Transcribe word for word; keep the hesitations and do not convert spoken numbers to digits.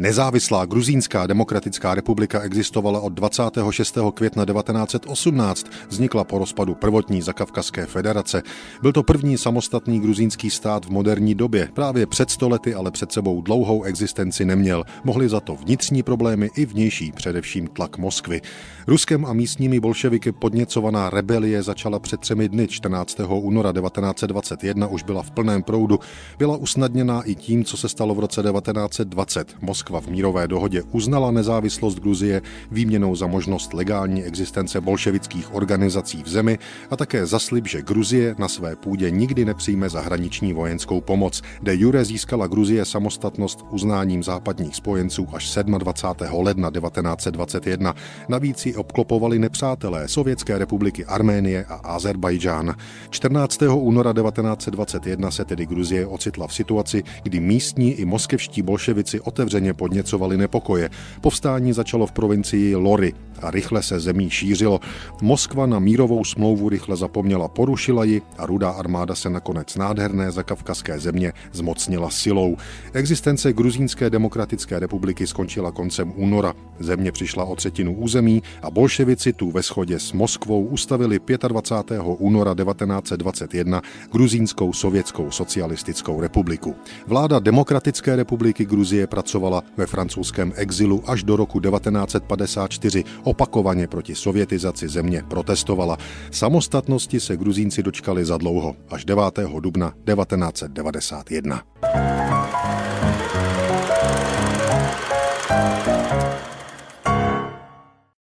Nezávislá gruzínská demokratická republika existovala od dvacátého šestého května devatenáct set osmnáct, vznikla po rozpadu prvotní Zakavkazské federace. Byl to první samostatný gruzínský stát v moderní době. Právě před sto lety, ale před sebou dlouhou existenci neměl. Mohli za to vnitřní problémy i vnější, především tlak Moskvy. Ruskem a místními bolševiky podněcovaná rebelie začala před třemi dny. čtrnáctého února devatenáct set dvacet jedna už byla v plném proudu. Byla usnadněná i tím, co se stalo v roce devatenáct set dvacet. Moskva v mírové dohodě uznala nezávislost Gruzie výměnou za možnost legální existence bolševických organizací v zemi a také za slib, že Gruzie na své půdě nikdy nepřijme zahraniční vojenskou pomoc. De jure získala Gruzie samostatnost uznáním západních spojenců až dvacátého sedmého ledna devatenáct set dvacet jedna. Navíc ji obklopovali nepřátelé Sovětské republiky Arménie a Azerbajdžán. čtrnáctého února devatenáct set dvacet jedna se tedy Gruzie ocitla v situaci, kdy místní i moskevští bolševici otevřeně podněcovali nepokoje. Povstání začalo v provincii Lori a rychle se zemí šířilo. Moskva na mírovou smlouvu rychle zapomněla, porušila ji a Rudá armáda se nakonec nádherné zakavkazské země zmocnila silou. Existence Gruzínské demokratické republiky skončila koncem února. Země přišla o třetinu území a bolševici tu ve shodě s Moskvou ustavili dvacátého pátého února devatenáct set dvacet jedna Gruzínskou sovětskou socialistickou republiku. Vláda Demokratické republiky Gruzie pracovala ve francouzském exilu až do roku devatenáct set padesát čtyři. Opakovaně proti sovětizaci země protestovala. Samostatnosti se Gruzínci dočkali za dlouho, až devátého dubna devatenáct set devadesát jedna.